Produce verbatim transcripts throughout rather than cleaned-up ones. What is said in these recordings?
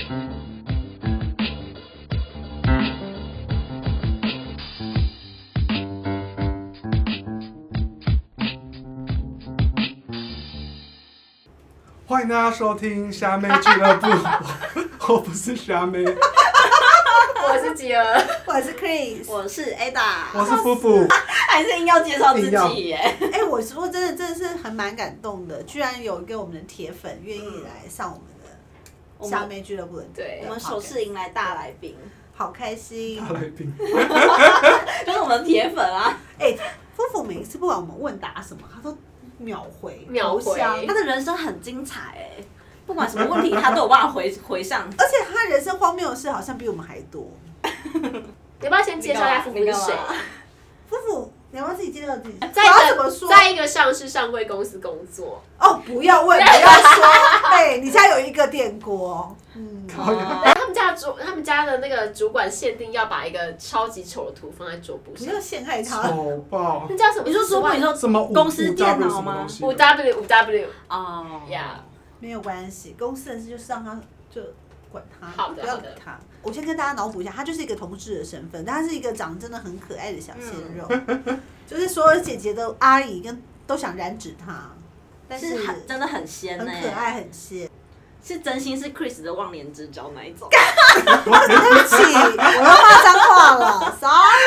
欢迎大家收听虾妹俱乐部，我不是虾妹， 我是吉儿， 我是 Chris， 我是 Ada， 我是夫妇， 还是硬要介绍自己耶？ 哎、欸，我说真的，真的是很蛮感动的，居然有一个我们的铁粉愿意来上我们的虾妹俱乐部的， 对， 我们首次迎来大来宾， 好开心！ 大来宾， 就是我们铁粉啊！ 哎、欸，夫妇每一次不管我们问答什么，他都秒回， 秒回， 他的人生很精彩哎，不管什么问题他都有办法回回上， 而且他人生荒谬的事好像比我们还多。 你要不要先介绍一下夫妇是谁？ 夫妇，你要不要自己介绍自己？ 在一个在一个上市上柜公司工作。 哦，不要问，不要说。哎，你家有一个电锅。嗯。 哦、他们家主，他们家的那个主管限定要把一个超级丑的图放在桌布上。 不要陷害他。 丑爆。 那叫什么？ 你说桌布？你说什么公司电脑吗？ 五 W 五 W。 哦。 呀。 没有关系，公司的事就是让他就。管他， 好的不要理他。我先跟大家脑补一下，他就是一个同志的身份，但他是一个长得真的很可爱的小鲜肉，嗯、就是所有姐姐的阿姨跟都想染指他，但是很真的很鲜、欸， 很可爱，很鲜， 是真心是 Chris 的忘年之交那一种。 对不起，我要骂脏话了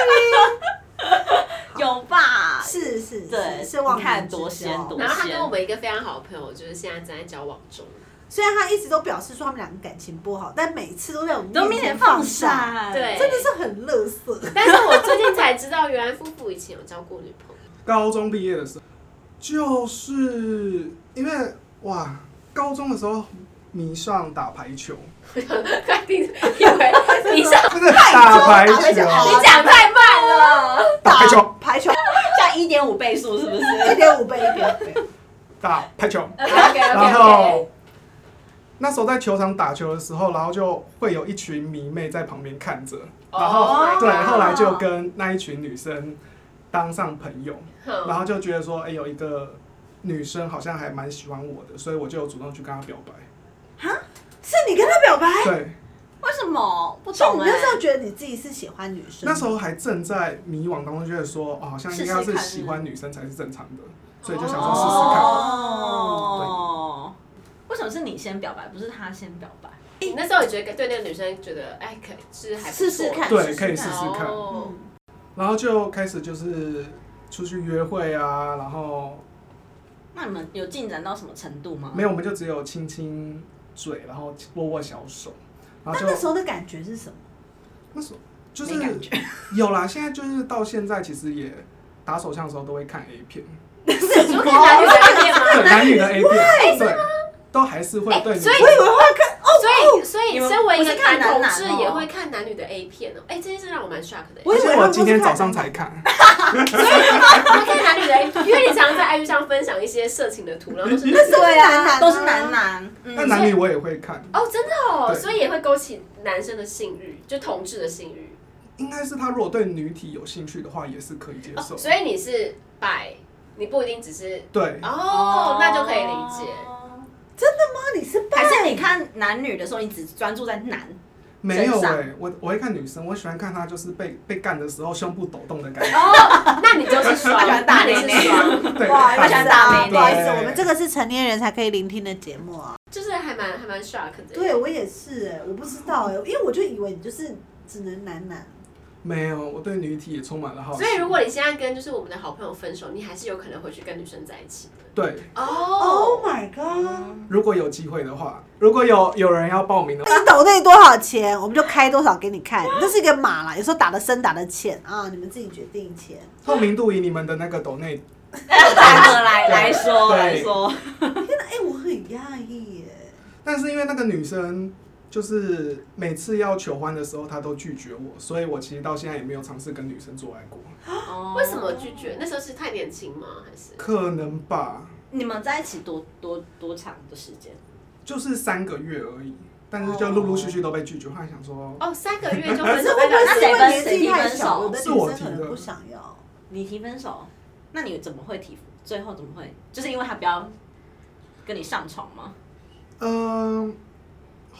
，sorry。 有吧？ 是是， 对， 是忘年之交。 多鲜多鲜。 然后他跟我们一个非常好的朋友，就是现在正在交往中。 虽然他一直都表示说他们两个感情不好，但每次都在我们面前放闪， 对， 真的是很垃圾。 但是我最近才知道，原来夫妇以前有交过女朋友。 高中毕业的时候，就是因为哇，高中的时候迷上打排球。 快听，以为迷上不是打排球，你讲太慢了。 打排球， 排球， 像一点五倍速是不是？ 一点五倍，一点五倍。 打排球， okay, okay, 然后。那时候在球场打球的时候，然后就会有一群迷妹在旁边看着，然后、oh、对，后来就跟那一群女生当上朋友， oh. 然后就觉得说，哎、欸，有一个女生好像还蛮喜欢我的，所以我就主动去跟她表白。 哈？是你跟她表白？ 对。 为什么？不懂哎、欸。你那时候觉得你自己是喜欢女生？ 那时候还正在迷惘当中，觉得说，哦，好像应该是喜欢女生才是正常的，所以就想说试试看。 哦。为什么是你先表白，不是他先表白？ 你那时候也觉得对那个女生觉得，哎，可以是还不错， 试试看， 对，可以试试看。 哦、 然后就开始就是出去约会啊，然后。 那你们有进展到什么程度吗？ 没有，我们就只有亲亲嘴，然后握握小手。然后就那那时候的感觉是什么？ 那时候就是有啦，现在就是到现在，其实也打手枪的时候都会看 A 片。 你说看男女的 A 片吗？ 对，男女的 A 片，对。都还是会对你、欸， 所以我以为会看哦， 所以所以身为一个男同志男也会看男女的 A 片哦，哎、欸，这件事让我蛮 shock 的。 而且我今天早上才看， 所以他看男女的 A 片，因为你常常在 I G 上分享一些色情的图，然后都是对啊， 都是男男， 那男女我也会看。 哦，真的哦，所以也会勾起男生的性欲，就同志的性欲。 应该是他如果对女体有兴趣的话，也是可以接受。 哦、所以你是拜，你不一定只是对哦，那就可以理解。 真的吗？你是还是你看男女的时候，你只专注在男？ 没有哎、欸，我我会看女生，我喜欢看她就是被被干的时候胸部抖动的感觉。 哦，那你就是爽， 喜欢大内内， 对， 哇， 喜欢大内内。 不好意思，我们这个是成年人才可以聆听的节目啊。 就是还蛮还蛮 shock 的。 对我也是哎、欸，我不知道哎、欸，因为我就以为你就是只能男男。 没有，我对女体也充满了好奇。 所以如果你现在跟就是我们的好朋友分手，你还是有可能回去跟女生在一起的。 对。 哦、 oh, ，Oh my god！、 嗯、如果有机会的话，如果有有人要报名的话， 你抖内多少钱，我们就开多少给你看。这是一个码啦，有时候打得深打得浅啊，你们自己决定钱。 透明度以你们的那个抖内价格来来说来说。 天哪，哎、欸，我很讶异耶。 但是因为那个女生。就是每次要求欢的时候，他都拒绝我，所以我其实到现在也没有尝试跟女生做爱过。 为什么拒绝？那时候是太年轻吗？还是？ 可能吧。 你们在一起多多多长的时间？ 就是三个月而已，但是就陆陆续续都被拒绝。后来想说， 哦，三个月就分手， 那谁分年纪太小，有的女是我提的， 生可能不想要。 你提分手，那你怎么会提？最后怎么会？就是因为他不要跟你上床吗？ 嗯、呃。后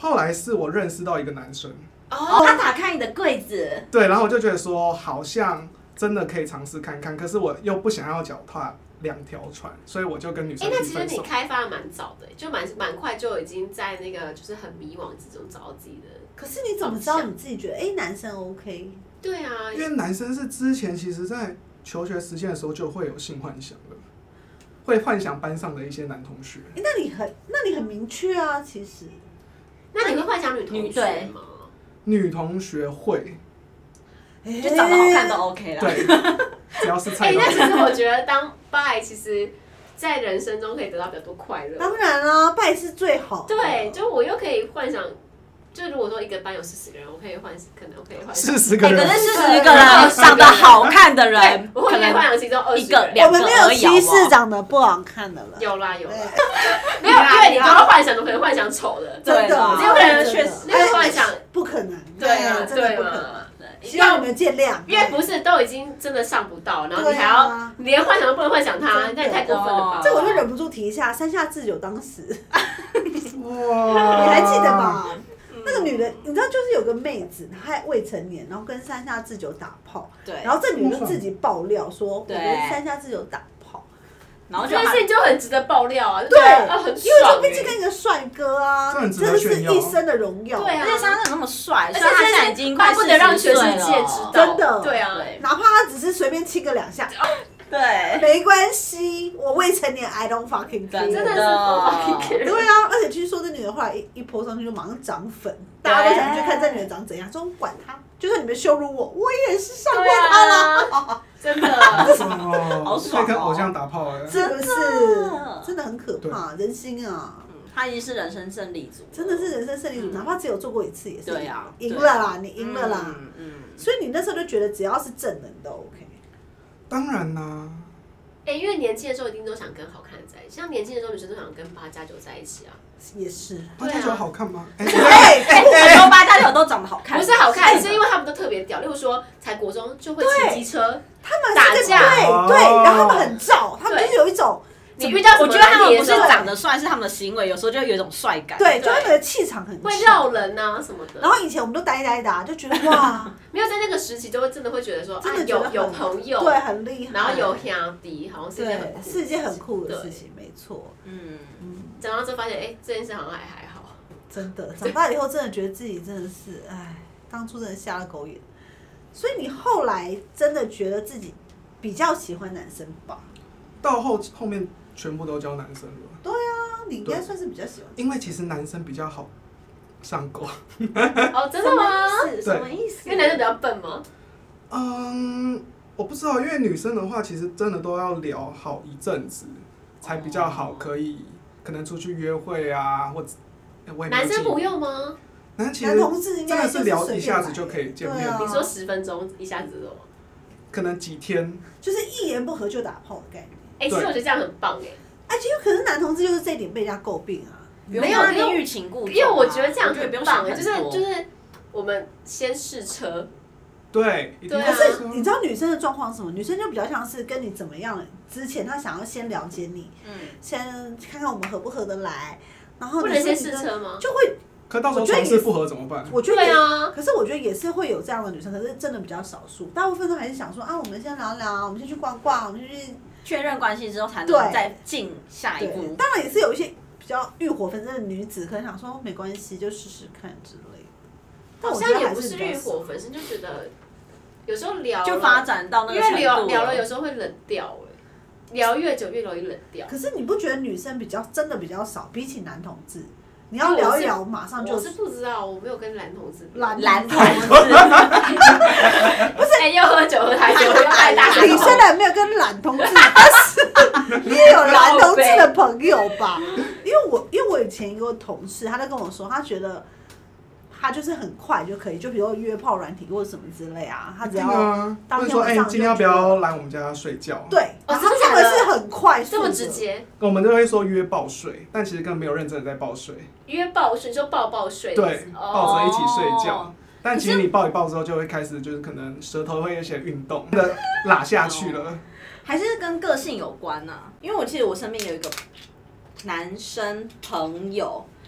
后来是我认识到一个男生， 哦，他打开你的柜子， 对，然后我就觉得说好像真的可以尝试看看，可是我又不想要脚踏两条船，所以我就跟女生哎、欸，那其实提分手。 你开发的蛮早的，就蛮蛮快就已经在那个就是很迷惘之中找到自己的。 可是你怎么知道你自己觉得哎、欸、男生 OK？ 对啊， 因为男生是之前其实在求学实践的时候就会有性幻想的，会幻想班上的一些男同学。 哎、欸，那你很那你很明确啊，其实。 那你会幻想女同学吗？ 女同学会， 欸、 就长得好看都 OK 啦。 对，只要是菜。 哎、欸，那其实我觉得当 bi 其实，在人生中可以得到比较多快乐。 当然啦，拜是最好的。 对，就我又可以幻想。就如果说一个班有四十个人，我可以幻，可能我可以幻四十个人， 可是四十个人长得好看的人， 我会可以幻想其中二十个。 我们没有歧视长得不好看的人。 有啦有啦，没有，因为你都要幻想，都可能幻想丑的， 真的， 只有人确实那个幻想不可能。 对啊， 真的不可能。希望你们见谅。 因为不是都已经真的上不到，然后你还要你连幻想都不能幻想他，那也太过分了吧？ 这我就忍不住提一下，山下智久当时， 哇， 你还记得吧？那个女的，你知道，就是有个妹子，她还未成年，然后跟山下智久打炮， 对， 然后这女的自己爆料说，我跟山下智久打炮， 然后这件事情就很值得爆料啊， 对， 啊、很因为这毕竟跟一个帅哥啊， 这真的是一生的荣耀， 对啊， 而且山下那么帅， 而且他现在已经快不得让全世界知道， 真的， 对啊， 哪怕他只是随便亲个两下。 对， 没关系，我未成年 ，I don't fucking care， 真的是 fucking care。 对啊，而且据说这女的后来一一泼上去就马上长粉，大家都想去看这女的长怎样，说管她，就算你们羞辱我，我也是上过她啦， 真的， 好爽哦， 可以跟偶像打炮哎， 是不是？真的很可怕，人心啊。 他已经是人生胜利组， 真的是人生胜利组，哪怕只有做过一次也是。 对啊， 赢了啦，你赢了啦。 嗯， 所以你那时候就觉得只要是正人都 OK。 当然啦， 哎、欸，因为年轻的时候一定都想跟好看的在一起，像年轻的时候女生都想跟八加九在一起啊。 也是。 八加九好看吗？ 哎哎， 很多八加九都长得好看， 不是好看，是因为他们都特别屌。例如说，才国中就会骑机车， 他们打架， 对对，然后他们很照，他们就是有一种。 你遇到什么？ 我觉得他们不是长得帅，是他们的行为有时候就有一种帅感。 对，就他们的气场很会绕人啊什么的。 然后以前我们都呆呆的，就觉得哇， 没有在那个时期，就会真的会觉得说， 真的有有朋友， 对，很厉害， 然后有兄弟，好像是一件很酷， 是一件很酷的事情，没错。 嗯嗯。长大之后发现，哎，这件事好像还还好。 真的，长大以后真的觉得自己真的是，哎，当初真的瞎了狗眼。所以你后来真的觉得自己比较喜欢男生吧？ 到后后面。全部都教男生了。 对啊，你应该算是比较喜欢。 因为其实男生比较好上钩。 哦，真的吗？ 什么意思？ 因为男生比较笨吗？ 嗯，我不知道，因为女生的话，其实真的都要聊好一阵子，才比较好，可以可能出去约会啊，或者。 男生不用吗？ 男其实真的是聊一下子就可以见面。 你说十分钟一下子哦？ 可能几天。 就是一言不合就打炮的概念。 哎、欸，其实我觉得这样很棒哎、欸。 哎、啊，其实可是男同志就是这一点被人家诟病啊。 没有， 因为欲擒故纵、啊。 因为我觉得这样很棒哎、欸，就是就是我们先试车。 对， 对、啊。 可是你知道女生的状况是什么？女生就比较像是跟你怎么样之前，她想要先了解你，嗯，先看看我们合不合得来，然后不能先试车吗？ 就会。 可到时候床事不合怎么办？ 我觉得对啊， 可是我觉得也是会有这样的女生，可是真的比较少数，大部分都还是想说啊，我们先聊聊，我们先去逛逛，我们去确认关系之后才能再进下一步。 当然也是有一些比较欲火焚身的女子，可能想说没关系，就试试看之类的。 好像也不是欲火焚身，就觉得有时候聊就发展到那个程度， 因为聊聊了有时候会冷掉哎，聊越久越容易冷掉。 可是你不觉得女生比较真的比较少，比起男同志？你要聊一聊，马上就。 我是不知道，我没有跟男同志。 男男同志。 不是，哎，又喝酒喝太久，又爱大声。 你虽然没有跟男同志，但是你也有男同志的朋友吧？因为我因为我以前一个同事，他就跟我说，他觉得他就是很快就可以，就比如约炮软体或者什么之类啊，他只要当天晚上。哎，今天要不要来我们家睡觉？ 对，然后他们是很快速， 这么直接。 我们就会说约抱睡，但其实根本没有认真的在抱睡。 约抱睡就抱抱睡。 对，抱着一起睡觉。但其实你抱一抱之后，就会开始就是可能舌头会有一些运动，拉下去了。 还是跟个性有关啊，因为我记得我身边有一个男生朋友，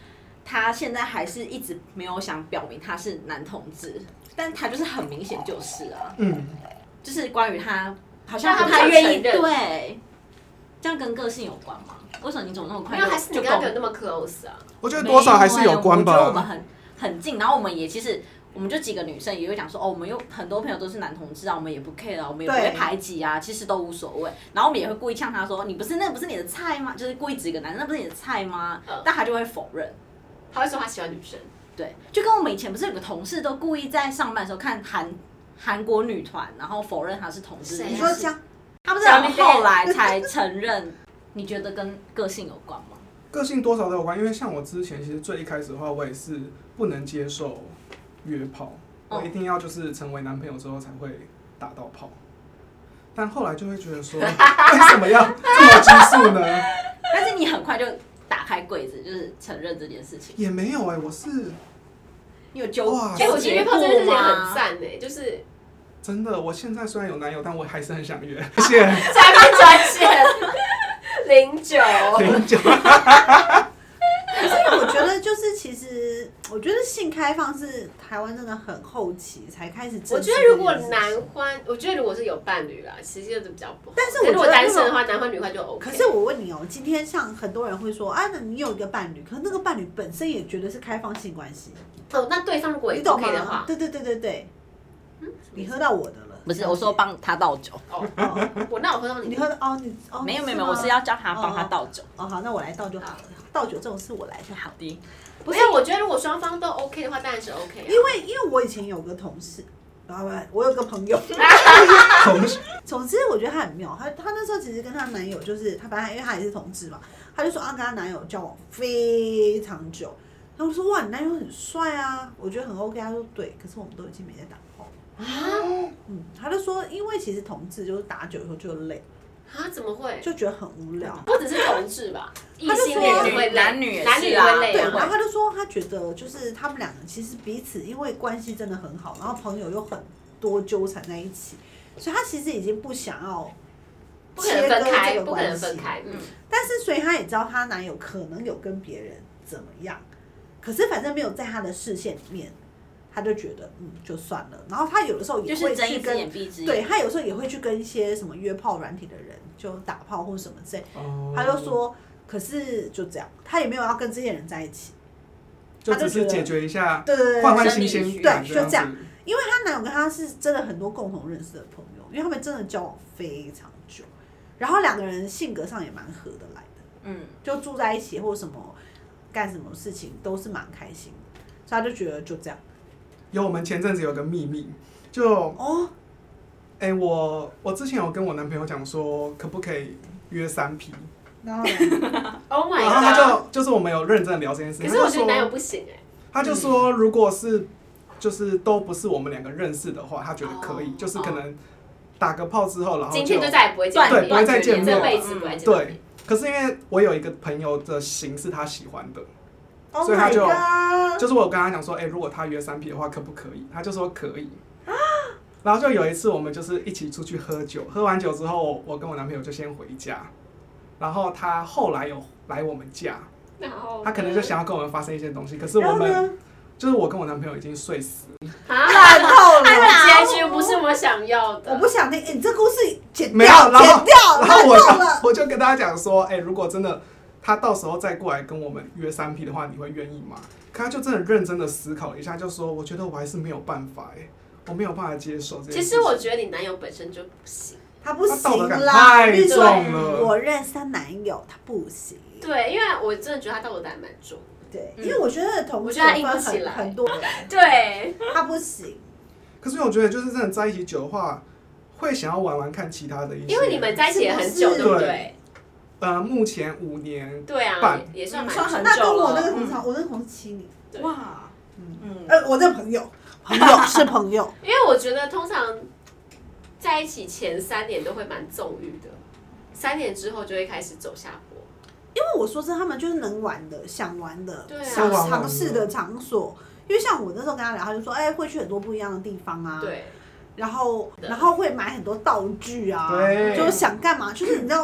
他现在还是一直没有想表明他是男同志，但他就是很明显就是啊， 嗯， 就是关于他好像他不太愿意不想承认对，这样跟个性有关吗？为什么你怎么那么快就因为还是你就跟他没有那么 close 啊。 我觉得多少还是有关吧。 我觉得我们很很近，然后我们也其实。我们就几个女生也会讲说，哦，我们有很多朋友都是男同志啊，我们也不 care 啊，我们也不会排挤啊，其实都无所谓。然后我们也会故意呛他说，你不是那不是你的菜吗？就是故意指一个男生，那不是你的菜吗？嗯、但他就会否认， 他会说他喜欢女生。 对，就跟我们以前不是有个同事都故意在上班的时候看韩韩国女团，然后否认他是同志。 你说江， 他不是后来才承认？你觉得跟个性有关吗？ 个性多少都有关，因为像我之前其实最一开始的话，我也是不能接受约炮，我一定要就是成为男朋友之后才会打到炮，但后来就会觉得说，为什么要这么拘束呢？ 但是你很快就打开柜子，就是承认这件事情。 也没有哎、欸，我是你有纠哎、欸，我觉得约炮这件事情很赞哎、欸，就是真的，我现在虽然有男友，但我还是很想约。谢谢。 下面专线零九零九。 可是我觉得就是其实，我觉得性开放是台湾真的很后期才开始。 我觉得如果男欢，我觉得如果是有伴侣啦，其实就是比较不好。 但是我觉得如果单身的话，男欢女欢就 OK。 可是我问你哦、喔，今天像很多人会说，啊，那你有一个伴侣，可是那个伴侣本身也觉得是开放性关系。 哦，那对方如果也 OK 的话， 对对对对对，嗯，你喝到我的了。 不是，我说帮他倒酒。 哦，我那我喝到你， 你喝的哦，你哦， 没有没有没有，我是要叫他帮他倒酒。 哦，好，那我来倒就好了。倒酒这种事我来就好的。 不是，我觉得如果双方都 OK 的话，当然是 OK 啊。 因为因为我以前有个同事，然后我有个朋友， 同事， 总之我觉得他很妙，他他那时候其实跟她男友就是他本来因为他也是同志嘛，他就说啊跟他男友交往非常久，然后我说哇你男友很帅啊，我觉得很 OK， 他说对，可是我们都已经没在打炮啊，嗯，他就说因为其实同志就是打久以后就累。 啊？怎么会？ 就觉得很无聊。 不只是同志吧，异性恋也会累， 男女也男女是啊。 会累。 对，然后他就说他觉得就是他们两个其实彼此因为关系真的很好，然后朋友又很多纠缠在一起，所以他其实已经不想要切割这个关系。 嗯。 但是所以他也知道她男友可能有跟别人怎么样，可是反正没有在他的视线里面。他就觉得嗯就算了，然后他有的时候也会去跟，对他有时候也会去跟一些什么约炮软体的人就打炮或什么之类，哦、他就说，可是就这样，他也没有要跟这些人在一起， 就只是解决一下， 对对对， 换换新鲜感， 对，就这样。因为她男友跟她是真的很多共同认识的朋友，因为他们真的交往非常久，然后两个人性格上也蛮合得来的，嗯，就住在一起或什么干什么事情都是蛮开心的，所以他就觉得就这样。 有我们前阵子有个秘密，就哦，哎、欸，我我之前有跟我男朋友讲说，可不可以约三 P？ 然后 ，Oh my god！ 然后他就就是我们有认真聊这件事情。 可是我觉得男友不行哎、欸。 他就说，如果是就是都不是我们两个认识的话，他觉得可以， oh, 就是可能打个炮之后，然后今天就再也不会见面， 对，不会再见面， 这辈子不会见面。 对，可是因为我有一个朋友的型是他喜欢的。 Oh、 所以他就 God. 就是我跟他讲说，哎、欸，如果他约三 P 的话，可不可以？他就说可以。然后就有一次，我们就是一起出去喝酒，喝完酒之后，我跟我男朋友就先回家，然后他后来有来我们家，他可能就想要跟我们发生一些东西，可是我们就是我跟我男朋友已经睡死了， 烂透了， 他的结局不是我想要的。 我不想听，哎、欸，你这故事剪掉， 剪掉， 然后我就我就跟他讲说，哎、欸，如果真的。他到时候再过来跟我们约三 P 的话，你会愿意吗？可他就真的认真的思考了一下，就说：“我觉得我还是没有办法哎，我没有办法接受这件事情。” 其实我觉得你男友本身就不行， 他不行啦， 太重了。 我认识他男友，他不行。 对，因为我真的觉得他道德感蛮重。 对，因为我觉得同我觉得他硬不起来很多， 对， 他不行。 可是我觉得，就是真的在一起久的话，会想要玩玩看其他的一些。 因为你们在一起也很久，对不对？ 呃，目前五年， 对啊，也算蛮久了。 那跟我那个同事，我那个同事七年，哇，嗯，呃，我这个朋友，朋友是朋友， 因为我觉得通常在一起前三年都会蛮纵欲的，三年之后就会开始走下坡。 因为我说真的，他们就是能玩的、想玩的、 对啊、 想尝试的场所。因为像我那时候跟他聊，他就说，哎、欸，会去很多不一样的地方啊， 对， 然后然后会买很多道具啊， 对， 就是想干嘛，就是你知道。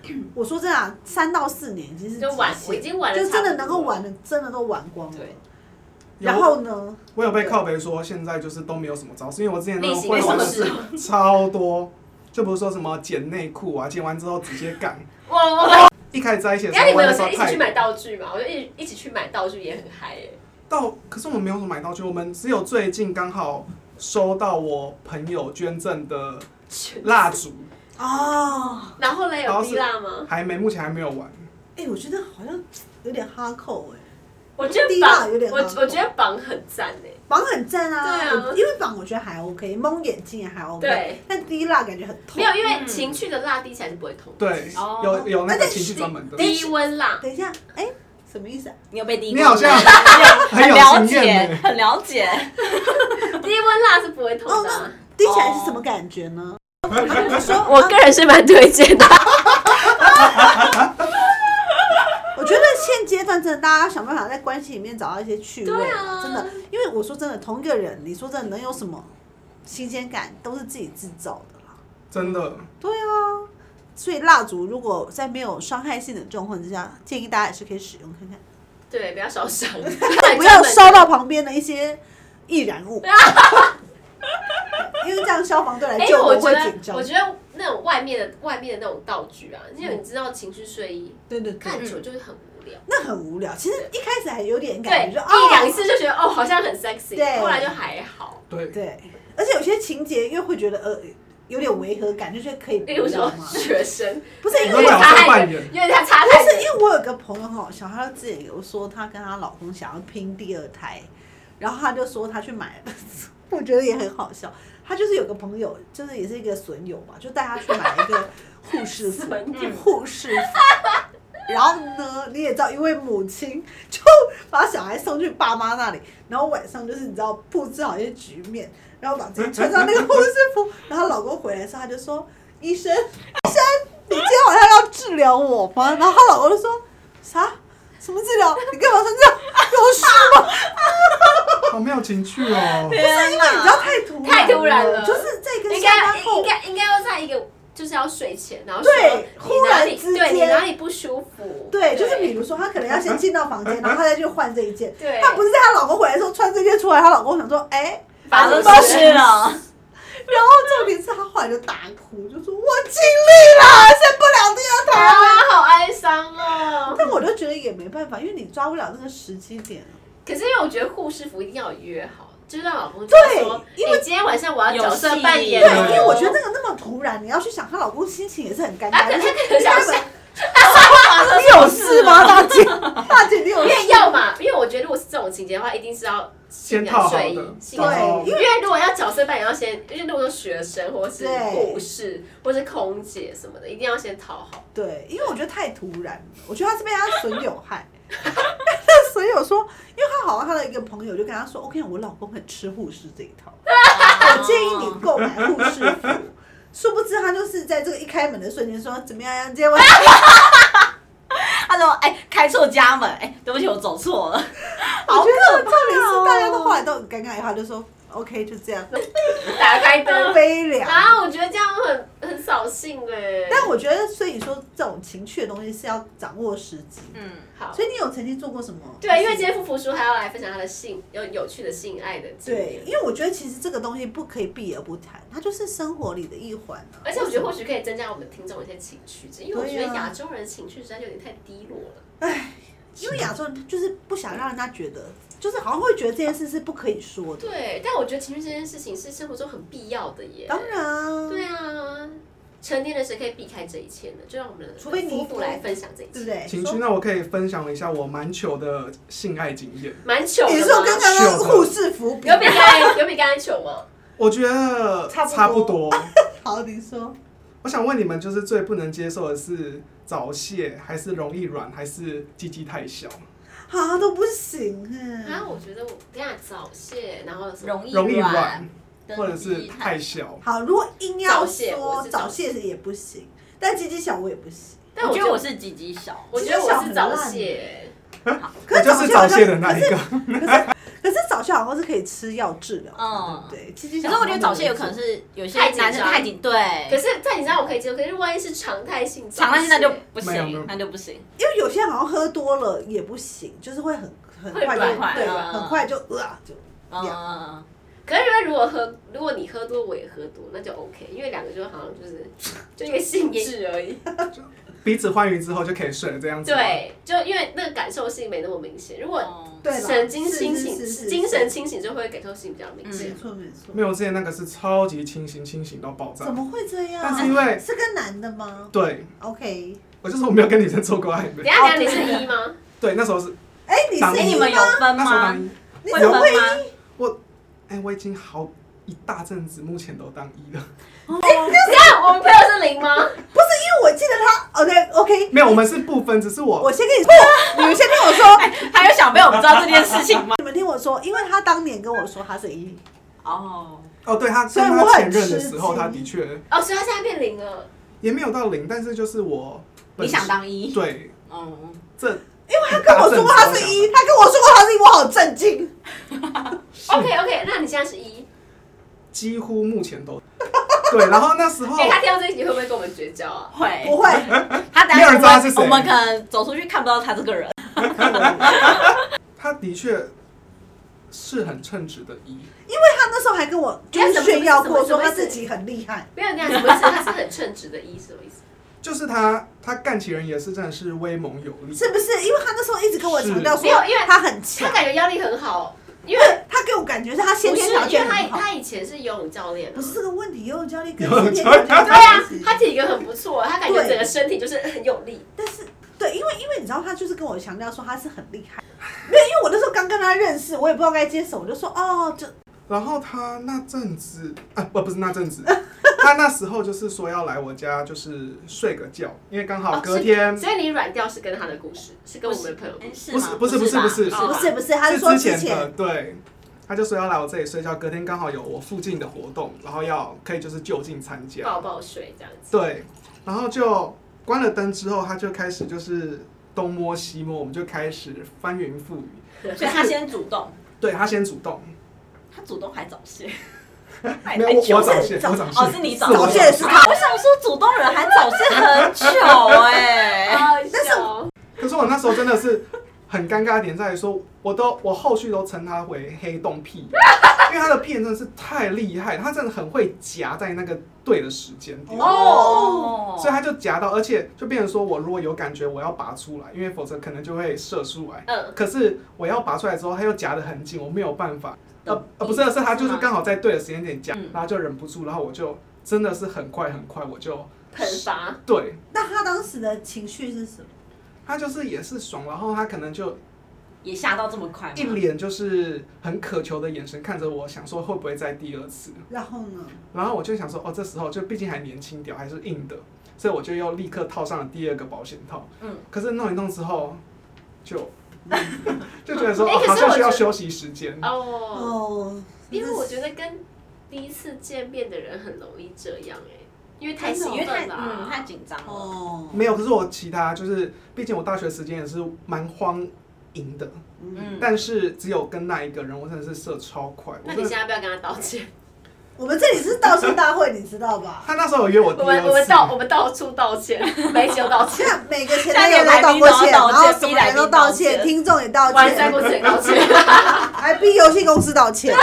我说真的、啊，三到四年已经是就玩，我已极限经玩了， 就真的能够玩的，真的都玩光了。 对。 然后呢？ 我有被靠北说现在就是都没有什么招式，因为我之前那种会什玩的是超多，就比如说什么剪内裤啊，剪完之后直接干。 我我一开始在一起的时那候， 你们有一起玩的时候太去买道具嘛？我就一一起去买道具也很嗨耶。 到，可是我们没有什么买道具，我们只有最近刚好收到我朋友捐赠的蜡烛哦。 然后嘞，有滴蜡吗？ 还没，目前还没有玩。 哎、欸，我觉得好像有点哈扣哎。 我觉得绑有点，我我觉得绑很赞哎， 绑很赞啊。 对啊， 因为绑我觉得还 OK， 蒙眼睛也还 OK。 对。 但滴蜡感觉很痛。 没有，因为情趣的蜡滴起来是不会痛。 对，有有那个情趣专门的。 低温蜡。 等一下，哎、欸，什么意思啊？ 你有被滴过？ 你好像很了解，很了解。 低温蜡是不会痛的、啊。 滴起来是什么感觉呢？ 我个人是蛮推荐的。 我觉得现阶段真的大家想办法在关系里面找到一些趣味、啊，真的，因为我说真的，同一个人，你说真的能有什么新鲜感，都是自己制造的啦。 真的。 对啊，所以蜡烛如果在没有伤害性的状况之下，建议大家也是可以使用看看。 对，不要烧伤， 不要烧到旁边的一些易燃物。因为这样消防队来救火会紧张。 我觉得那种外面的外面的那种道具啊，因为你知道情趣睡衣， 对对对， 看久就是很无聊。 那很无聊，其实一开始还有点感觉， 一两次就觉得哦好像很 sexy， 对， 后来就还好。 对对，而且有些情节因为会觉得呃有点违和感，就觉得可以不要吗？ 学生不是因为他太远， 因为他差太远。 不是因为我有个朋友很好笑，她之前有说她跟她老公想要拼第二胎，然后她就说她去买了，我觉得也很好笑。她就是有个朋友，就是也是一个损友嘛，就带她去买一个护士服，护士服。然后呢，你也知道，一位母亲就把小孩送去爸妈那里，然后晚上就是你知道布置好一些局面，然后把自己穿上那个护士服，然后老公回来的时候，他就说：“医生，医生，你今天晚上要治疗我吗？”然后她老公就说：“啥？什么治疗？你干嘛穿这样？有事吗？” 好没有情趣哦！ 不是因为你知道太突然了， 太突然了， 就是在跟应该应该应该要在一个。就是要睡前，然后说对， 忽然之间，对你哪里不舒服？ 对，就是比如说，她可能要先进到房间，然后她再去换这一件。 对， 她不是在她老公回来的时候穿这件出来，她老公想说，哎， 发生什么事了？ 然后重点是她后来就大哭，就说我尽力了，生不了第二胎啊，好哀伤哦。 但我就觉得也没办法，因为你抓不了那个时机点。 可是因为我觉得护士服一定要约好。就是让老公说，因为今天晚上我要角色扮演。 对，因为我觉得那个那么突然，你要去想她老公心情也是很尴尬。 他可能可能想想， 你有事吗，大姐？大姐，你有事？ 因为要嘛，因为我觉得如果是这种情节的话，一定是要先套好的。 对， 因为如果要角色扮演，要先，因为如果说学生或是护士或是空姐什么的，一定要先讨好。 对，因为我觉得太突然了，我觉得他是被他损友害。那损友说，因为他好像他的一个朋友就跟他说 ：“OK， 我老公很吃护士这一套，我建议你购买护士服。”殊不知他就是在这个一开门的瞬间说：“怎么样，杨姐？”我他说：“哎、欸，开错家门，哎、欸，对不起，我走错了。” 好可怕！重点是大家都后来都很尴尬，以后就说 ：“OK， 就这样。” 打开灯， 悲凉啊！我觉得这样很很扫兴哎。 但我觉得，所以说这种情趣的东西是要掌握时机。 嗯，好。 所以你有曾经做过什么？ 对，因为今天夫妇说还要来分享他的性有有趣的性爱的经验。 对，因为我觉得其实这个东西不可以避而不谈，它就是生活里的一环啊。 而且我觉得或许可以增加我们听众一些情趣，因为我觉得亚洲人的情趣实在有点太低落了。 唉，因为亚洲人就是不想让人家觉得。就是好像会觉得这件事是不可以说的。 对，但我觉得情趣这件事情是生活中很必要的耶。 当然。 对啊，成年人谁可以避开这一切呢？就让我们的夫妇来分享这一切， 对不对？ 情趣，那我可以分享一下我蛮糗的性爱经验。 蛮糗的吗？ 你说跟刚刚护士服比， 有比刚才有比刚才糗吗？ 我觉得差不多。 好，你说。 我想问你们，就是最不能接受的是早泄，还是容易软，还是鸡鸡太小？ 啊，都不行哎！ 啊，我觉得我等下早泄，然后容易容易软，或者是太小。 好，如果硬要说早泄也不行，但鸡鸡小我也不行。 但我觉得我是鸡鸡小， 我觉得我是早泄。 我就是早泄的那一个。 可是可是早泄好像是可以吃药治疗，嗯，对。鸡鸡可是我觉得早泄有可能是有些男生太紧，对。 可是太紧张我可以接受，可是万一是常态性， 常态性那就不行，那就不行。 因为有些人好像喝多了也不行，就是会很很快就对，很快就呃就嗯。 可是如果喝，如果你喝多，我也喝多，那就 OK， 因为两个就好像就是就一个性质而已。 彼此欢愉之后就可以睡了，这样子。 对，就因为那个感受性没那么明显。如果神经清醒、精神清醒，就会感受性比较明显。 没错没错。 没有，之前那个是超级清醒，清醒到爆炸。 怎么会这样？ 但是因为是跟男的吗？ 对。 OK。 我就说我没有跟女生做过爱。 等一下，等一下，你是一吗？ 对，那时候是。 哎，你是你们有分吗？ 你怎么会一？ 我。哎、欸，我已经好一大阵子，目前都当一了。 哦，这样我们朋友是零吗？ 不是，因为我记得他 ，OK OK， 没有，我们是不分，只是我。 我先跟你不，你们先听我说， 还有小朋友不知道这件事情吗？ 你们听我说，因为他当年跟我说他是一。 哦。 哦，对，他跟他前任的时候，他的确。 哦，所以他现在变零了。 也没有到零，但是就是我。 你想当一？ 对。嗯。这。 因为他跟我说过他是一，他跟我说过他是一，我好震惊。 OK OK， 那你现在是一？ 几乎目前都。对，然后那时候。 哎、欸，他听到这一集会不会跟我们绝交啊？ 会， 不会。 他等下我们我们可能走出去看不到他这个人。 他的确是很称职的一， 因为他那时候还跟我就是炫耀过，说他自己很厉害。 没有那样什么意思？他是很称职的一，什么意思？ 就是他，他干起人也是真的是威猛有力， 是不是？因为他那时候一直跟我强调说， 没有，因为他很强， 他感觉压力很好，因为他给我感觉是他先天条件很好。 因为他他以前是游泳教练， 不是这个问题，游泳教练跟先天条件对啊，他体格很不错，他感觉整个身体就是很有力。 但是对，因为因为你知道，他就是跟我强调说他是很厉害，没有，因为我那时候刚跟他认识，我也不知道该接什么，我就说哦，就。 然后他那阵子啊，不不是那阵子，他那时候就是说要来我家，就是睡个觉，因为刚好隔天、 哦。所以你软调是跟他的故事，是跟我们的朋友故事。 不是不是不是不是不是不是，他是说之前的对，他就说要来我这里睡觉，隔天刚好有我附近的活动，然后要可以就是就近参加， 抱抱睡这样子。 对，然后就关了灯之后，他就开始就是东摸西摸，我们就开始翻云覆雨。 所以他先主动。 对他先主动。 他主动还早泄， 没有我我早泄，我早泄， 哦是你早泄的是他。 我想说主动人还早泄很久哎、 欸，但是可是我那时候真的是很尴尬的点在于说，我都我后续都称他为黑洞屁，因为他的片真的是太厉害，他真的很会夹在那个对的时间点哦，所以他就夹到，而且就变成说我如果有感觉我要拔出来，因为否则可能就会射出来，嗯，可是我要拔出来之后他又夹得很紧，我没有办法。呃呃不是，是他就是刚好在对的时间点讲，然后就忍不住，然后我就真的是很快很快我就喷发。 对。 那他当时的情绪是什么？ 他就是也是爽，然后他可能就也吓到这么快吗？ 一脸就是很渴求的眼神看着我，想说会不会再第二次。 然后呢？ 然后我就想说，哦，这时候就毕竟还年轻屌，还是硬的，所以我就又立刻套上了第二个保险套。嗯。可是弄一弄之后，就。就觉得说、欸哦、好像需要休息时间哦，因为我觉得跟第一次见面的人很容易这样哎、欸，因为太兴奋了， 嗯，太紧张了。 哦， 没有，可是我其他就是，毕竟我大学时间也是蛮荒淫的，嗯，但是只有跟那一个人，我真的是射超快。 那你现在不要跟他道歉？ 我们这里是道歉大会，你知道吧？ 他那时候有约我第二次， 我们我们到我们到处道歉，每一集都道歉， 每个前男友都道过歉，然后什么人都道歉，听众也道歉， 玩三国志也道歉， 还逼游戏公司道歉，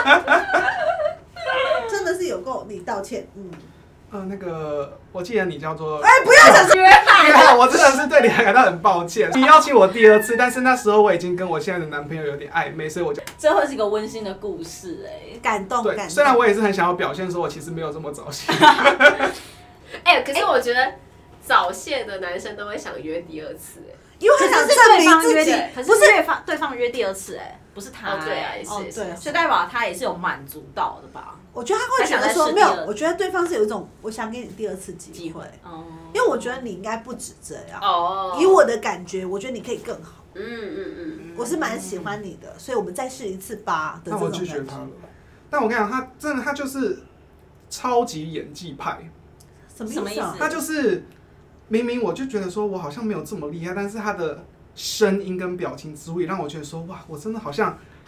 真的是有够你道歉，嗯。 呃，那个，我记得你叫做…… 哎、欸，不要讲约翰，我真的是对你感到很抱歉。你邀请我第二次，但是那时候我已经跟我现在的男朋友有点暧昧，所以我就…… 这会是一个温馨的故事哎、欸， 感动， 对， 感动。 虽然我也是很想要表现说我其实没有这么早泄。 哎、欸，可是我觉得早泄的男生都会想约第二次哎、欸。 因为他想证明自己， 可是对方对方约第二次哎、欸，不是他、欸， 哦对啊，也是， 哦对， 所以代表他也是有满足到的吧？ 我觉得他会觉得说没有，我觉得对方是有一种我想给你第二次机会，哦，因为我觉得你应该不止这样，哦，以我的感觉，我觉得你可以更好，嗯嗯嗯，我是蛮喜欢你的，所以我们再试一次吧的这种感觉。 那我拒绝他了，但我跟你讲，他真的他就是超级演技派， 什么意思？ 他就是明明我就觉得说我好像没有这么厉害，但是他的声音跟表情足以让我觉得说哇，我真的好像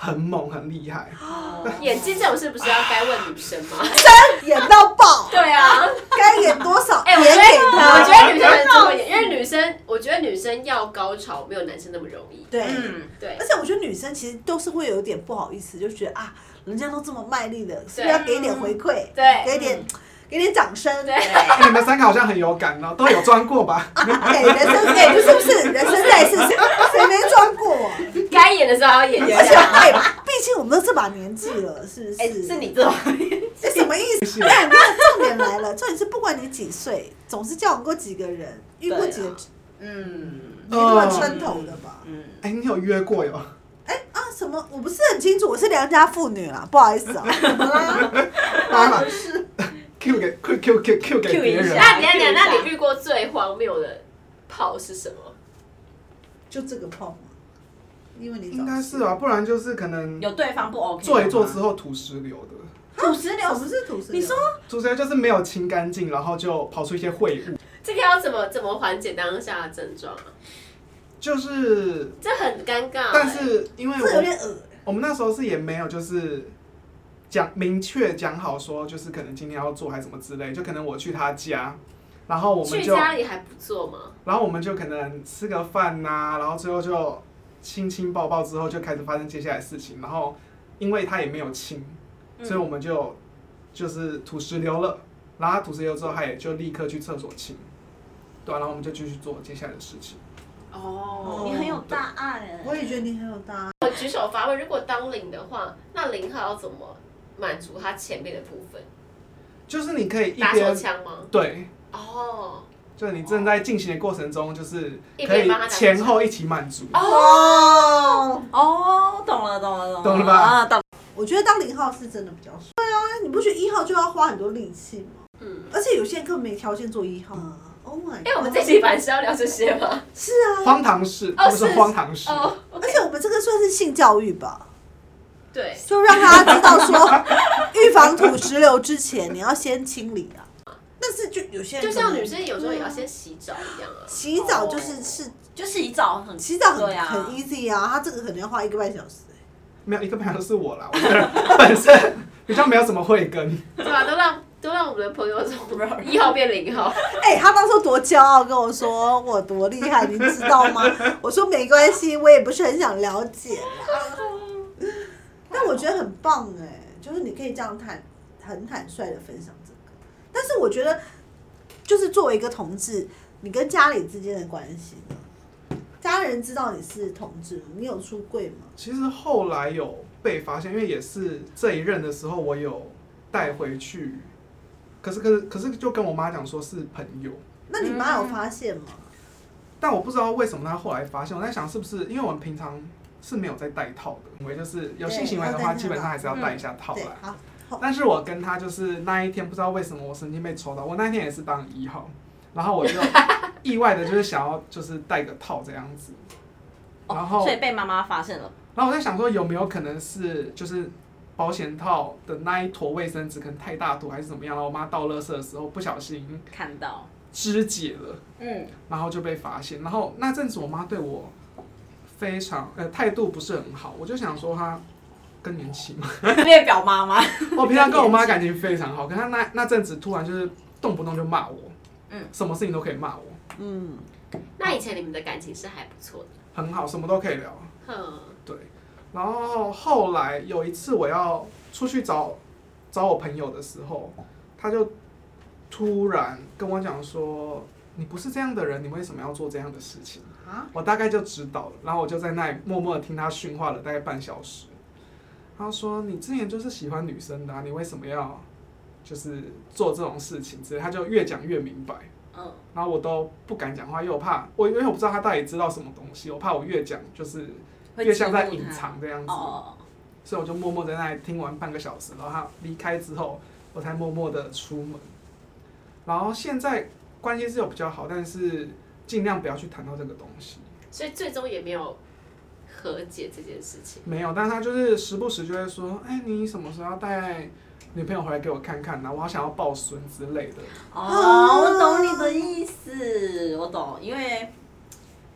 很猛很厉害。 演技这种事不是要该问女生吗？ 演到爆， 对啊， 该演多少哎、我演给觉得我他。 觉得女生很这么演，因为女生，我觉得女生要高潮没有男生那么容易。 对， 嗯， 对而且我觉得女生其实都是会有一点不好意思，就觉得啊，人家都这么卖力的，是不是要给一点回馈？ 对给一点。给点掌声， 对， 哎你们三个好像很有感哦，都有装过吧？ 哎，人生哎，是不是人生在世，谁没装过？ 该演的时候要演一而且下。 哎，毕竟我们都这把年纪了，是不是？ 哎，是你这种， 这什么意思？哎，没有，重点来了，重点是不管你几岁，总是交往过几个人，遇过几个嗯没那么撑头的吧？ 嗯， 哎，你有约过哟？ 哎啊，什么？我不是很清楚，我是良家妇女啦，不好意思啊。 妈妈是 Q 给 Q Q Q Q 给别人。 那等一下，等一下，那你遇过最荒谬的炮是什么？ 就这个泡吗？因为你应该是吧，不然就是可能有对方不 OK， 做一做之后土石流的。 土石流什么是土石流？ 你说土石流就是没有清干净，然后就跑出一些秽物。 这个要怎么怎么缓解当下的症状啊？ 就是， 这很尴尬、欸。 但是因为我这有点恶。 我们那时候是也没有就是讲明确讲好说，就是可能今天要做还是什么之类，就可能我去他家，然后我们去就， 家里还不做吗？ 然后我们就可能吃个饭呐、然后最后就亲亲抱抱之后就开始发生接下来的事情，然后因为他也没有亲，所以我们就就是土石流了，然后他土石流之后他也就立刻去厕所亲，对、啊，然后我们就继续做接下来的事情。 哦， 你很有大爱哎， 我也觉得你很有大爱。 我举手发问，如果当零的话，那零号要怎么满足他前面的部分？ 就是你可以一打手边枪吗？ 对， 哦就是你正在进行的过程中，就是一可以边帮他打手枪前后一起满足。 哦， 哦，懂了懂了懂了， 懂了吧啊，懂。 我觉得当零号是真的比较爽。对啊，你不觉得一号就要花很多力气吗？ 嗯， 而且有些人根本没条件做一号。Oh my！ 哎、我们这期反正是要聊这些吗？ 是啊， 荒唐事， 哦不是是荒唐事。 哦， 而且我们这个算是性教育吧， 对， 就让大家知道说，预防土石流之前，你要先清理啊。但是就有些人就可能像女生有时候也要先洗澡一样啊。 洗澡就是是就洗澡很洗澡很对啊很 easy 啊，他这个可能要花一个半小时。 没有一个朋友是我啦，我这个人本身比较没有什么慧根。 对吧、都让都让我们的朋友从一号变零号。 哎、他当时多骄傲跟我说我多厉害，你知道吗？我说没关系，我也不是很想了解啦。但我觉得很棒哎、就是你可以这样坦很坦率的分享这个。但是我觉得，就是作为一个同志，你跟家里之间的关系呢？家人知道你是同志吗？你有出柜吗？ 其实后来有被发现，因为也是这一任的时候，我有带回去，可是可是可是就跟我妈讲说是朋友， 那你妈有发现吗？ 但我不知道为什么她后来发现。我在想是不是因为我们平常是没有在戴套的，因为就是有性行为的话，基本上还是要戴一下套对， 啦。 好。 但是我跟她就是那一天不知道为什么我神经被抽到，我那一天也是当一号，然后我就意外的就是想要就是戴个套这样子，然后所以被妈妈发现了。 然后我在想说有没有可能是就是保险套的那一坨卫生纸可能太大坨还是怎么样，然后我妈倒垃圾的时候不小心看到， 肢解了， 嗯， 然后就被发现。然后那阵子我妈对我非常呃态度不是很好，我就想说她更年期嘛， 列表妈妈， 我平常跟我妈感情非常好，可是她那那阵子突然就是动不动就骂我， 嗯， 什么事情都可以骂我， 嗯， 那以前你们的感情是还不错的。 很好，什么都可以聊。 哼， 对，然后后来有一次我要出去找找我朋友的时候，他就突然跟我讲说：“你不是这样的人，你为什么要做这样的事情？” 啊， 我大概就知道了，然后我就在那里默默的听他训话了大概半小时。他说：“你之前就是喜欢女生的、啊，你为什么要就是做这种事情？”之类，他就越讲越明白。 嗯， 然后我都不敢讲话，因为我怕我因为我不知道他到底知道什么东西，我怕我越讲就是越像在隐藏这样子， 哦， 所以我就默默在那里听完半个小时，然后他离开之后，我才默默的出门。然后现在关系是有比较好，但是尽量不要去谈到这个东西。 所以最终也没有和解这件事情。 没有，但是他就是时不时就会说：“哎、你什么时候要带女朋友回来给我看看呢、啊？我好想要抱孙之类的。” 哦，我懂你的意思，我懂，因为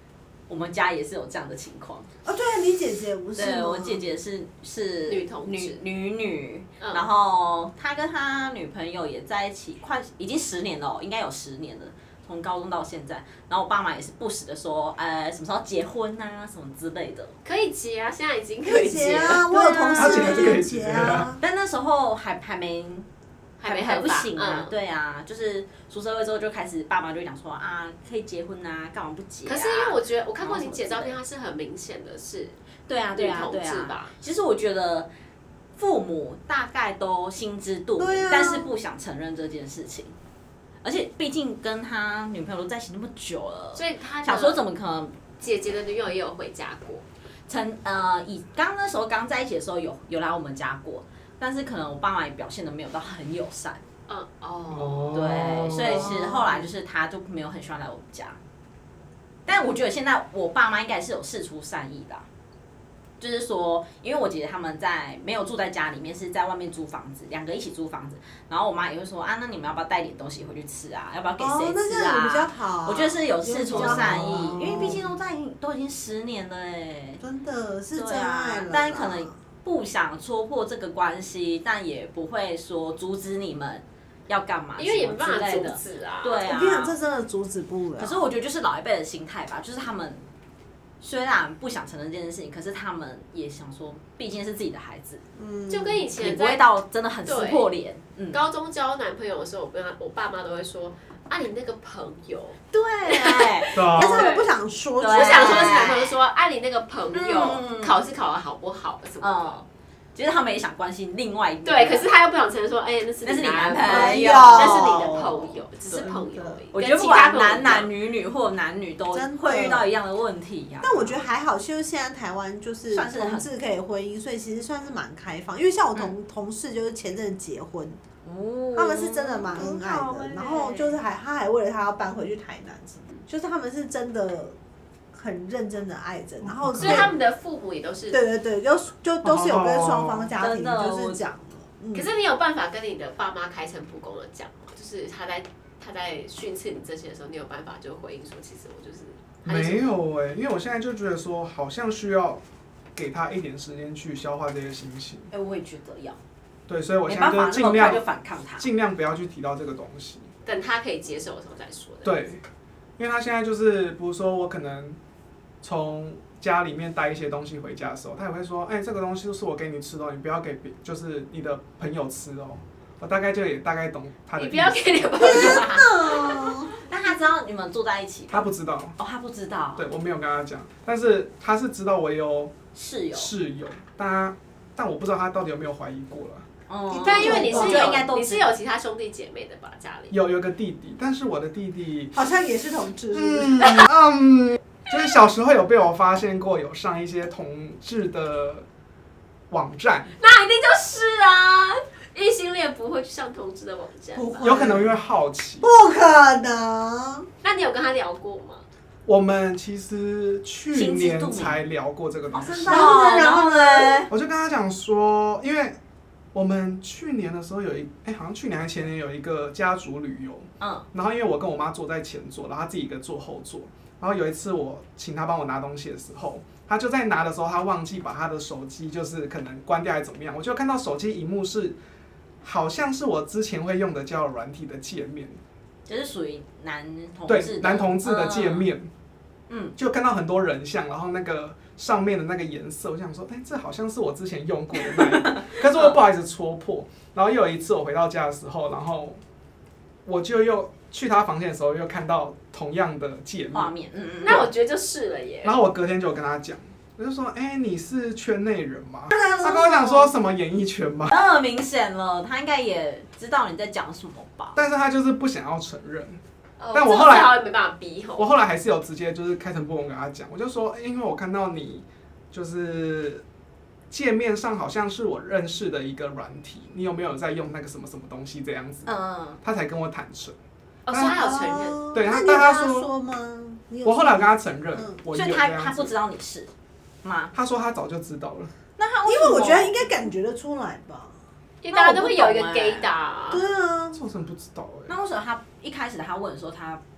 我们家也是有这样的情况。 哦，对啊，你姐姐不是吗？ 对，我姐姐是是女同志女女女， 嗯然后他跟他女朋友也在一起快已经十年了、哦，应该有十年了。从高中到现在，然后我爸妈也是不时的说，呃，什么时候结婚啊，什么之类的。 可以结啊，现在已经可以以结结啊，我有同他事可以结是可以结结啊啊。 但那时候还还没还没还不合法行啊， 嗯对啊，就是出社会之后就开始，爸妈就会讲说啊，可以结婚啊，干嘛不结、啊？ 可是因为我觉得我看过你姐照片， 然后她是很明显的是对啊，对啊， 女同对啊志吧。 其实我觉得父母大概都心知肚明， 对啊但是不想承认这件事情。而且毕竟跟他女朋友都在一起那么久了， 所以她想说怎么可能姐姐的女友也有回家过。 曾呃以刚那时候刚在一起的时候有有来我们家过，但是可能我爸妈也表现的没有到很友善， 嗯哦， 哦， 对，所以其实后来就是他就没有很喜欢来我们家。但我觉得现在我爸妈应该是有释出善意的啊、就是说，因为我姐姐他们在没有住在家里面，是在外面租房子，两个一起租房子。然后我妈也会说啊，那你们要不要带点东西回去吃啊？要不要给哦， 谁那这吃样比较啊？ 好。 我觉得是有释出善意， 有比较好因为毕竟都在都已经十年了哎。 真的是真对啊爱了啦， 但可能不想戳破这个关系，但也不会说阻止你们要干嘛， 因为也没办法阻什么之类的。 止啊。 对啊我跟你讲，这真的阻止不了。 可是我觉得就是老一辈的心态吧，就是他们虽然不想承认这件事情，可是他们也想说，毕竟是自己的孩子， 嗯， 就跟以也前不会在到真的很撕破脸。嗯， 高中交男朋友的时候，我跟他我爸妈都会说啊，你那个朋友， 对， 对啊但是他们不想说出对来， 不想说是男朋友说啊，你那个朋友嗯考试考得好不好什么的。 嗯，其实他们也想关心另外一个。 对，可是他又不想承认说，哎、那是那是你男男朋友那是你的朋友，只是朋友而已。 我觉得不管男男女女或男女都真的会遇到一样的问题呀、啊。 但我觉得还好，就是现在台湾就是算是很同志可以婚姻，所以其实算是蛮开放。因为像我同、同事就是前阵结婚， 哦他们是真的蛮恩爱的， 很好欸然后就是还他还为了他要搬回去台南，就是他们是真的很认真的爱着，然后所以他们的父母也都是。 对对对，就就都是有跟双方家庭真的就是讲了。嗯可是你有办法跟你的爸妈开诚布公的讲吗？就是他在他在训斥你这些的时候，你有办法就回应说，其实我就是没有哎、因为我现在就觉得说，好像需要给他一点时间去消化这些心情。 哎、我也觉得要， 对，所以我没现在办法那么快就尽量就反抗他。 尽量不要去提到这个东西。 等他可以接受的时候再说的。 对，因为他现在就是，比如说我可能从家里面带一些东西回家的时候，他也会说，哎、这个东西是我给你吃的哦，你不要给别，就是你的朋友吃哦。我大概就也大概懂他的意思。 你不要给你的朋友啊。 嗯那他知道你们住在一起吗？ 他不知道， 哦，他不知道。 对我没有跟他讲，但是他是知道我有室友。 室友，但他但我不知道他到底有没有怀疑过了。 嗯但因为你是我觉得应该都有你是有其他兄弟姐妹的吧，家里。 有有个弟弟，但是我的弟弟， 好像也是同志，是不是？ 嗯嗯，就是小时候有被我发现过有上一些同志的网站， 那一定就是啊，异性恋不会去上同志的网站吧。 不会有可能因为好奇。 不可能。 那你有跟他聊过吗？ 我们其实去年才聊过这个东西， 然后呢？然后呢？ 我就跟他讲说，因为我们去年的时候有一，哎、好像去年还前年有一个家族旅游， 嗯， 然后因为我跟我妈坐在前座，然后她自己一个坐后座，然后有一次我请她帮我拿东西的时候，她就在拿的时候，她忘记把她的手机就是可能关掉还是怎么样，我就看到手机荧幕是好像是我之前会用的交友软体的界面， 就是属于男同志对的男同志的界面。 嗯， 就看到很多人像，然后那个上面的那个颜色，我想说，哎、这好像是我之前用过的那一个，可是我不好意思戳破。然后又有一次我回到家的时候，然后我就又去他房间的时候，又看到同样的界面， 画面，嗯嗯。 那我觉得就是了耶。 然后我隔天就跟他讲，我就说，哎、你是圈内人吗？他跟我讲说什么演艺圈吗？ 那么明显了，他应该也知道你在讲什么吧？ 但是他就是不想要承认。 哦但我后来这个好像没办法逼吼。 我后来还是有直接就是开诚布公跟他讲，我就说，因为我看到你就是界面上好像是我认识的一个软体，你有没有在用那个什么什么东西这样子？ 嗯， 他才跟我坦诚。 哦，所以他有承认。 哦对他那你有跟他但他说说吗？你有我后来有跟他承认嗯， 我所以他有这样子他不知道你是吗？ 他说他早就知道了。 那他因为我觉得应该感觉得出来吧。 因为大家都会有一个那我不懂欸 gay 打。 对啊， 这我真的不知道哎、 那为什么他一开始他问的时候他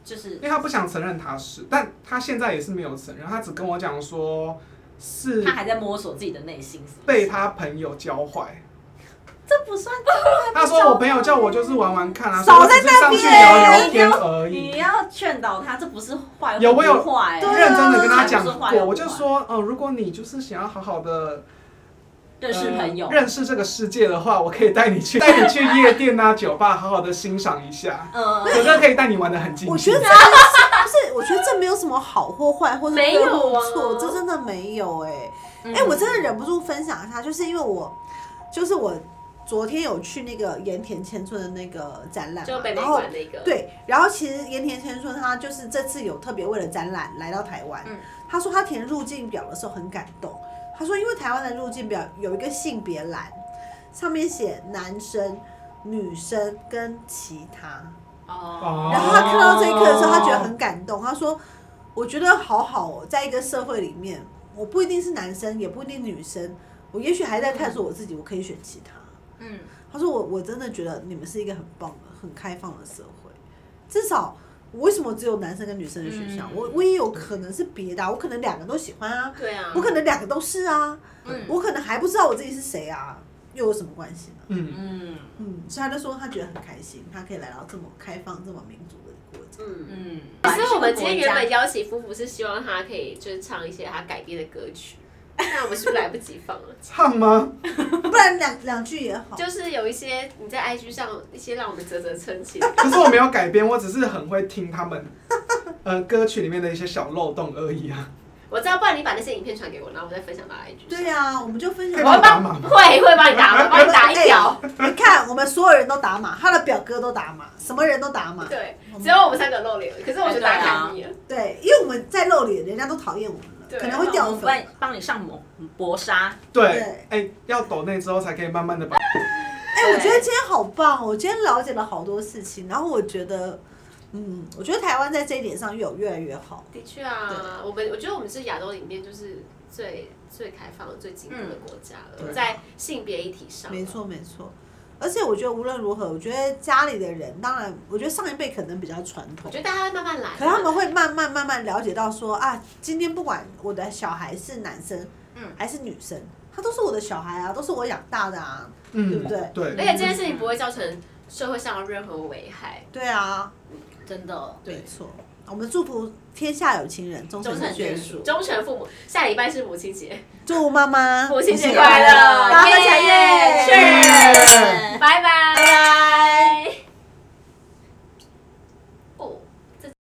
就是因为他不想承认他是，但他现在也是没有承认，他只跟我讲说是他还在摸索自己的内心，是不是被他朋友教坏。 这不算教坏。 他说我朋友叫我就是玩玩看啊， 少在那边上去聊聊天而已。 你要劝导他，这不是坏， 有我有坏， 认真的跟他讲过， 不是坏我就说，哦，如果你就是想要好好的认识朋友、 呃，认识这个世界的话，我可以带你去带你去夜店啊、酒吧，好好的欣赏一下。嗯，哥哥可以带你玩的很尽兴。 我觉得这不是，我觉得这没有什么好或坏，或者没有啊， 错，这真的没有哎、欸。哎、嗯欸，我真的忍不住分享一下，就是因为我，就是我。昨天有去那个盐田千春的那个展览， 就北美馆那个。 对，然后其实盐田千春他就是这次有特别为了展览来到台湾。嗯、他说他填入境表的时候很感动，他说因为台湾的入境表有一个性别栏，上面写男生、女生跟其他。哦。然后他看到这一刻的时候，他觉得很感动。他说：“我觉得好好哦，在一个社会里面，我不一定是男生，也不一定女生，我也许还在探索我自己，我可以选其他。”嗯，他说我我真的觉得你们是一个很棒的、很开放的社会，至少我为什么只有男生跟女生的学校？嗯、我我也有可能是别的、啊，我可能两个都喜欢啊， 对啊， 我可能两个都是啊，嗯、我可能还不知道我自己是谁啊，又有什么关系呢？嗯嗯嗯，所以他就说他觉得很开心，他可以来到这么开放、这么民主的国家。嗯嗯，可是我们今天原本邀请夫妇是希望他可以就是唱一些他改编的歌曲。那我们是不是来不及放了？ 唱吗？ 不然两两句也好。 就是有一些你在 I G 上一些让我们啧啧称奇。 可是我没有改编，我只是很会听他们呃歌曲里面的一些小漏洞而已啊。 我知道，不然你把那些影片传给我，然后我再分享到 I G 上。 对啊，我们就分享。 我会帮码吗？ 会会帮你打码，帮你打一条。 你看，我们所有人都打码，他的表哥都打码，什么人都打码。 对，只有我们三个露脸，可是我觉得打开你了。 对，因为我们在露脸，人家都讨厌我们。可能会掉粉， 帮帮你上磨薄纱。 对，哎、欸，要抖内之后才可以慢慢的把。 哎、欸，我觉得今天好棒，我今天了解了好多事情，然后我觉得，嗯，我觉得台湾在这一点上越有越来越好。 的确啊，我们我觉得我们是亚洲里面就是最最开放、最进步的国家了，嗯、在性别议题上。 没错没错。而且我觉得无论如何，我觉得家里的人，当然，我觉得上一辈可能比较传统， 我觉得大家会慢慢来， 可他们会慢慢慢慢了解到说啊，今天不管我的小孩是男生，嗯，还是女生，他都是我的小孩啊，都是我养大的啊，嗯、对不对？ 对。 而且这件事情不会造成社会上的任何危害。 对啊， 真的， 没错。我们祝福天下有情人终成眷属， 忠诚父母。下礼拜是母亲节， 祝妈妈母亲节快乐， 大家再见， 拜拜，拜拜。